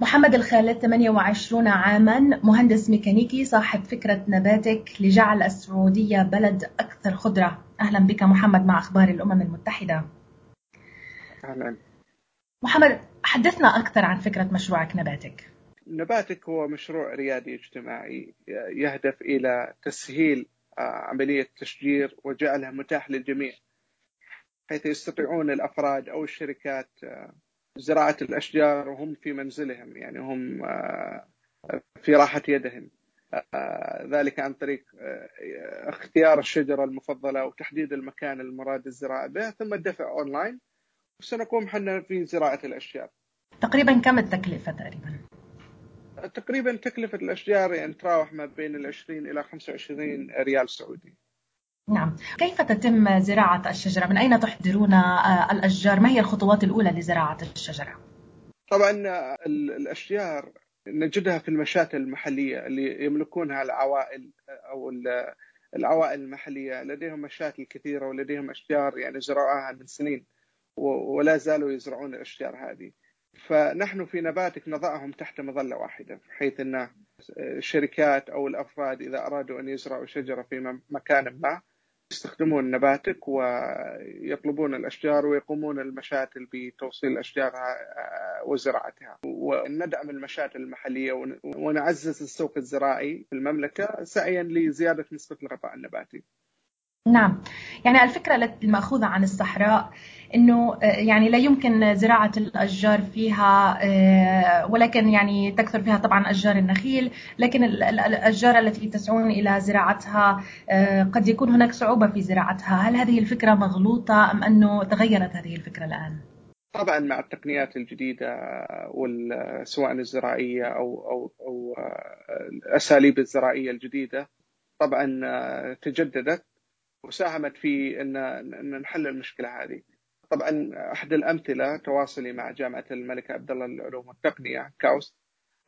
محمد الخالد 28 عاما، مهندس ميكانيكي، صاحب فكرة نباتك لجعل السعودية بلد أكثر خضرة. أهلا بك محمد مع أخبار الأمم المتحدة. أهلا. محمد، حدثنا أكثر عن فكرة مشروعك نباتك. نباتك هو مشروع ريادي اجتماعي يهدف إلى تسهيل عملية التشجير وجعلها متاح للجميع، حيث يستطيعون الأفراد أو الشركات زراعة الأشجار وهم في منزلهم، يعني هم في راحة يدهم، ذلك عن طريق اختيار الشجرة المفضلة وتحديد المكان المراد الزراعة به، ثم الدفع أونلاين، وسنقوم حنا في زراعة الأشجار. تقريبا كم التكلفة تقريبا؟ تقريبا تكلفة الأشجار يعني تراوح ما بين 20 إلى 25 ريال سعودي. نعم. كيف تتم زراعة الشجرة؟ من أين تحضرون الأشجار؟ ما هي الخطوات الأولى لزراعة الشجرة؟ طبعا الأشجار نجدها في المشاتل المحلية اللي يملكونها العوائل أو العوائل المحلية، لديهم مشاتل كثيرة ولديهم أشجار يعني زرعوها من سنين ولا زالوا يزرعون الأشجار هذه. فنحن في نباتك نضعهم تحت مظلة واحدة، بحيث أن الشركات أو الأفراد إذا أرادوا أن يزرعوا شجرة في مكان ما يستخدمون نباتك ويطلبون الأشجار ويقومون المشاتل بتوصيل الأشجار وزراعتها، وندعم المشاتل المحلية ونعزز السوق الزراعي في المملكة سعيا لزيادة نسبة الغطاء النباتي. نعم، يعني الفكرة المأخوذة عن الصحراء أنه يعني لا يمكن زراعة الأشجار فيها، ولكن يعني تكثر فيها طبعا أشجار النخيل، لكن الأشجار التي تسعون إلى زراعتها قد يكون هناك صعوبة في زراعتها. هل هذه الفكرة مغلوطة أم أنه تغيرت هذه الفكرة الآن؟ طبعا مع التقنيات الجديدة سواء الزراعية أو الأساليب الزراعية الجديدة، طبعا تجددت وساهمت في أن نحل المشكلة هذه. طبعا أحد الأمثلة تواصلي مع جامعة الملك عبد الله للعلوم والتقنية كاوس،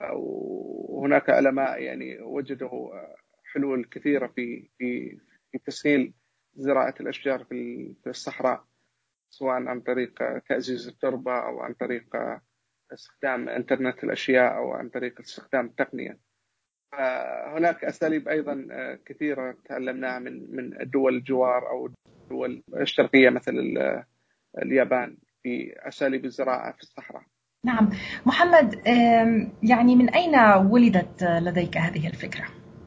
وهناك علماء يعني وجدوا حلول كثيرة في تسهيل زراعة الأشجار في الصحراء، سواء عن طريق تأزيز التربة أو عن طريق استخدام إنترنت الأشياء أو عن طريق استخدام التقنية. هناك أساليب أيضا كثيرة تعلمناها من الدول الجوار أو الدول الشرقية مثل اليابان في أساليب الزراعة في الصحراء. نعم. محمد، يعني من أين ولدت لديك هذه الفكرة؟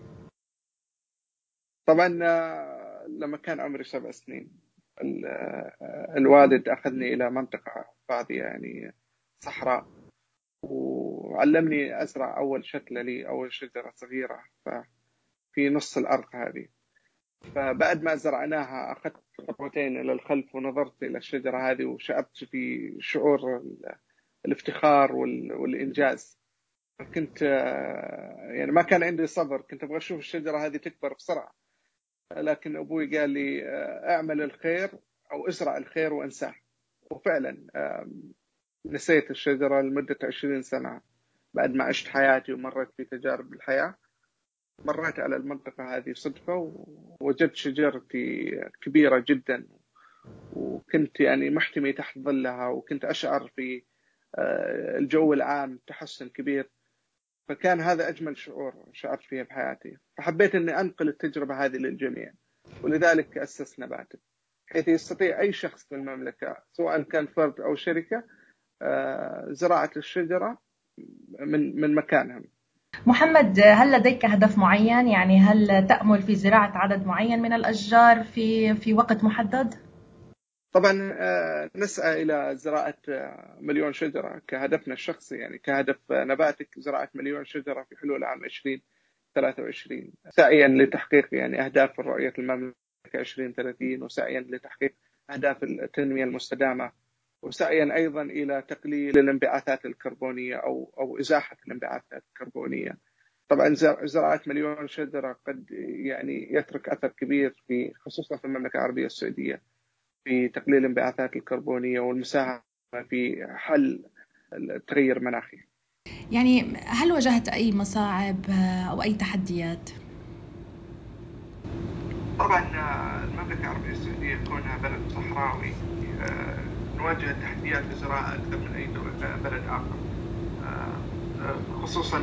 طبعا لما كان عمري 7 سنين الوالد أخذني إلى منطقة فاضية يعني صحراء، وعلمني أزرع أول شتلة لي، أول شجرة صغيرة في نص الأرض هذه. فبعد ما زرعناها أخذت خطوتين إلى الخلف ونظرت إلى الشجرة هذه وشعرت في شعور الافتخار والإنجاز. كنت يعني ما كان عندي صبر، كنت أبغى أشوف الشجرة هذه تكبر بسرعة، لكن أبوي قال لي اعمل الخير أو ازرع الخير وانساه. وفعلا نسيت الشجرة لمدة 20 سنة. بعد ما عشت حياتي ومرت في تجارب الحياة، مريت على المنطقة هذه صدفة ووجدت شجرتي كبيرة جدا، وكنت يعني محتمي تحت ظلها، وكنت أشعر في الجو العام تحسن كبير. فكان هذا أجمل شعور شعرت فيه بحياتي، فحبيت أني أنقل التجربة هذه للجميع، ولذلك أسس نباتك، حيث يستطيع أي شخص في المملكة سواء كان فرد أو شركة زراعة الشجرة من مكانهم. محمد، هل لديك هدف معين؟ يعني هل تأمل في زراعة عدد معين من الأشجار في وقت محدد؟ طبعا نسعى إلى زراعة 1,000,000 شجرة كهدفنا الشخصي، يعني كهدف نباتك زراعة 1,000,000 شجرة في حلول عام 2023، سعيا لتحقيق يعني أهداف رؤية المملكة 2030، وسعيا لتحقيق أهداف التنمية المستدامة، وسعيا أيضا إلى تقليل الانبعاثات الكربونية أو إزاحة الانبعاثات الكربونية. طبعا زراعة 1,000,000 شجرة قد يعني يترك أثر كبير في خصوصا في المملكة العربية السعودية في تقليل الانبعاثات الكربونية والمساهمة في حل التغير المناخي. يعني هل واجهت أي مصاعب أو أي تحديات؟ طبعا المملكة العربية السعودية كونها بلد صحراوي نواجه تحديات الزراعة أكثر من أي بلد آخر. خصوصا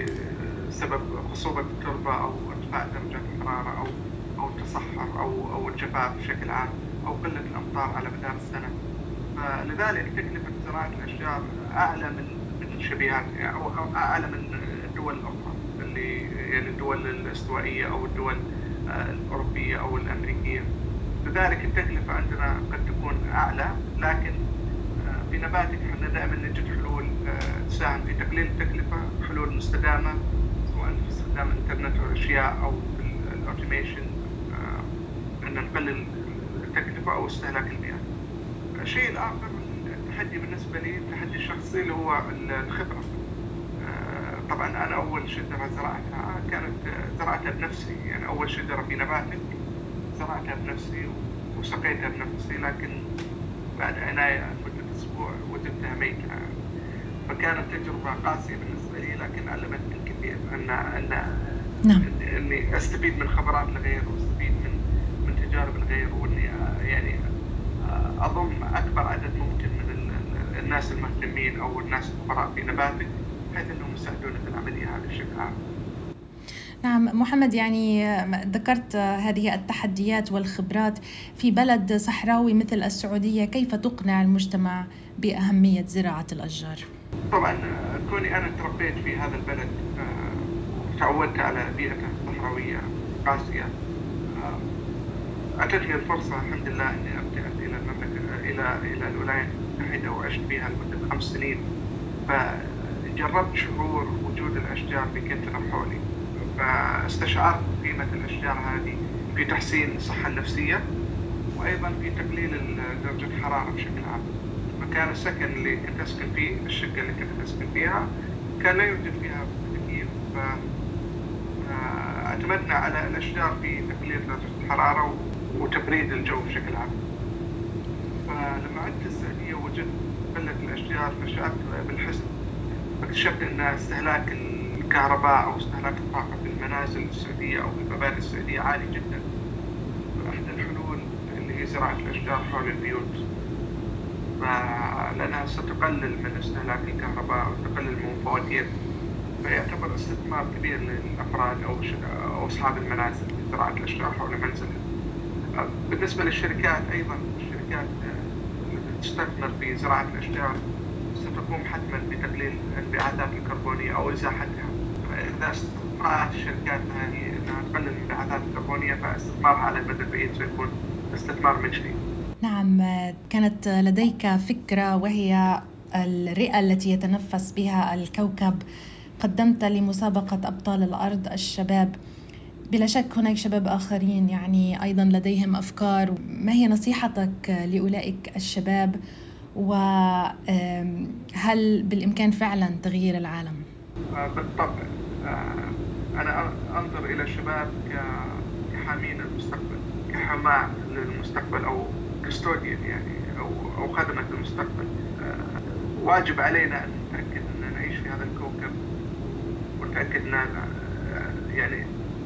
بسبب خصوبة التربة أو ارتفاع درجات الحرارة أو التصحر أو الجفاف بشكل عام أو قلة الأمطار على مدار السنة. فلذلك تكلفة زراعة الأشجار أعلى من شبيهاتها أو أعلى من الدول الأخرى اللي يعني الدول الاستوائية أو الدول الأوروبية أو الأمريكية. لذلك التكلفة عندنا قد تكون أعلى، لكن في نباتك احنا دائما نجد حلول تساهم في تقليل التكلفة، حلول مستدامة سواء في استخدام الإنترنت والأشياء أو في الأوتوميشن، أن نقلل التكلفة أو استهلاك المياه. الشيء الآخر التحدي بالنسبة لي، التحدي الشخصي اللي هو الخبرة. طبعا أنا أول شجرة زرعتها كانت زرعتها بنفسي، يعني أول شجرة في نباتك زرعتها بنفسي وسقيتها بنفسي، لكن بعد عناية لمدة أسبوع وجدتها ميتة. فكانت تجربة قاسية بالنسبة لي، لكن علمتني الكثير نعم. إني أستفيد من خبرات الغير وأستفيد من تجارب الغير، وإني يعني أضم أكبر عدد ممكن من الناس المهتمين أو الناس الخبراء في نباتك بحيث أنهم يساعدونا في العملية هذه بشكل عام. نعم محمد، يعني ذكرت هذه التحديات والخبرات في بلد صحراوي مثل السعودية، كيف تقنع المجتمع بأهمية زراعة الأشجار؟ طبعا كوني أنا تربيت في هذا البلد وتعودت على بيئته الصحراوية قاسية، أتتني الفرصة الحمد لله أني أبتعث إلى المملكة إلى الولايات المتحدة وعشت فيها لمدة 5 سنين. فجربت شعور وجود الأشجار بكثرة حولي، فاستشعرت قيمة الأشجار هذه في تحسين الصحة النفسية وأيضا في تقليل درجة الحرارة بشكل عام. مكان السكن اللي كنت أسكن فيه، الشقة اللي كنت أسكن فيها، كان لا يوجد فيها تكييف، اعتمدنا على الأشجار في تقليل درجة الحرارة وتبريد الجو بشكل عام. فلما عدت السعودية وجدت قلة الأشجار فشعرت بالحزن، واكتشفت أن استهلاك الكهرباء أو استهلاك الطاقة في المنازل السعودية أو في المباني السعودية عالي جدا. فأحد الحلول اللي هي زراعة الأشجار حول البيوت، لأنها ستقلل من استهلاك الكهرباء وتقلل من الفواتير، فيعتبر استثمار كبير للأفراد أو أصحاب المنازل في زراعة الأشجار حول منزلهم. بالنسبة للشركات أيضا، الشركات التي تستثمر في زراعة الأشجار ستقوم حتما بتقليل الانبعاثات الكربونية أو إزاحتها. فإذا استطاعت الشركات هذه أنها تقلل الانبعاثات الكربونية، فاستثمارها على المدى البعيد سيكون استثمار مجدي. نعم، كانت لديك فكرة وهي الرئة التي يتنفس بها الكوكب. قدمت لمسابقة أبطال الأرض الشباب، بلا شك هناك شباب آخرين يعني أيضا لديهم أفكار. ما هي نصيحتك لأولئك الشباب، وهل بالإمكان فعلا تغيير العالم؟ بالطبع. أنا أنظر إلى الشباب كحامين المستقبل، كحماة للمستقبل أو كستوديان، يعني أو خدمة المستقبل. واجب علينا أن نتأكد أن نعيش في هذا الكوكب، ونتأكد أن يعني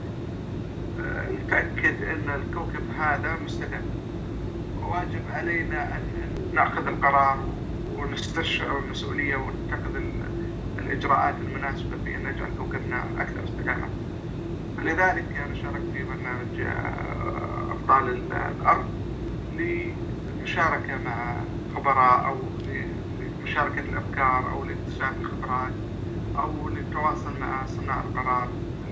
نتأكد أن الكوكب هذا مستدام. وواجب علينا أن نأخذ القرار ونستشعر المسؤولية ونتخذ الإجراءات المناسبة في أن نجعل كوكبنا أكثر استدامة. لذلك أنا شاركت في برنامج أبطال الأرض للمشاركة مع خبراء أو لمشاركة الأفكار أو لاكتساب الخبرات أو للتواصل مع صناع القرار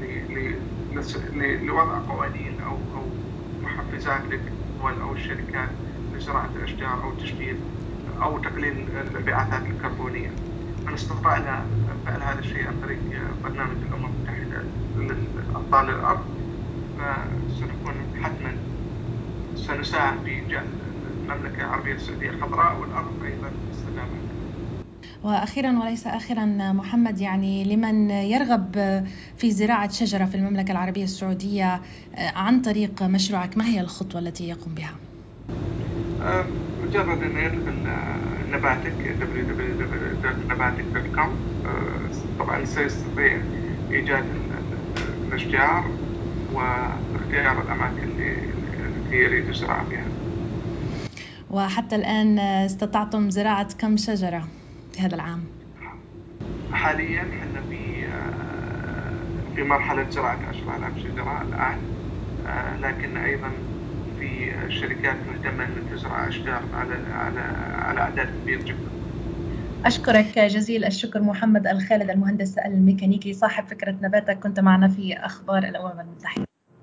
لوضع قوانين أو محفزات للدول أو الشركات لزراعة الأشجار أو تشجير أو تقليل الانبعاثات الكربونية. من استطعنا فعل هذا الشيء عن طريق برنامج الأمم المتحدة لأبطال الأرض، فسنكون حتما سنساهم في جعل المملكة العربية السعودية خضراء والأرض أيضا مستدامة أكثر. وأخيرا وليس آخرا محمد، يعني لمن يرغب في زراعة شجرة في المملكة العربية السعودية عن طريق مشروعك، ما هي الخطوة التي يقوم بها؟ مجرد أن يدخل نباتك www.nabatic.com، طبعا سيستطيع إيجاد الأشجار واختيار الأماكن التي يريد الزراعة فيها. وحتى الآن استطعتم زراعة كم شجرة في هذا العام؟ حاليا حنا في في مرحلة زراعة 10,000 شجرة الآن، لكن أيضا في شركات مهتمة أن تزرع أشجار على أعداد كبير جدا. أشكرك جزيل الشكر محمد الخالد، المهندس الميكانيكي صاحب فكرة نباتك، كنت معنا في أخبار الأمم المتحدة.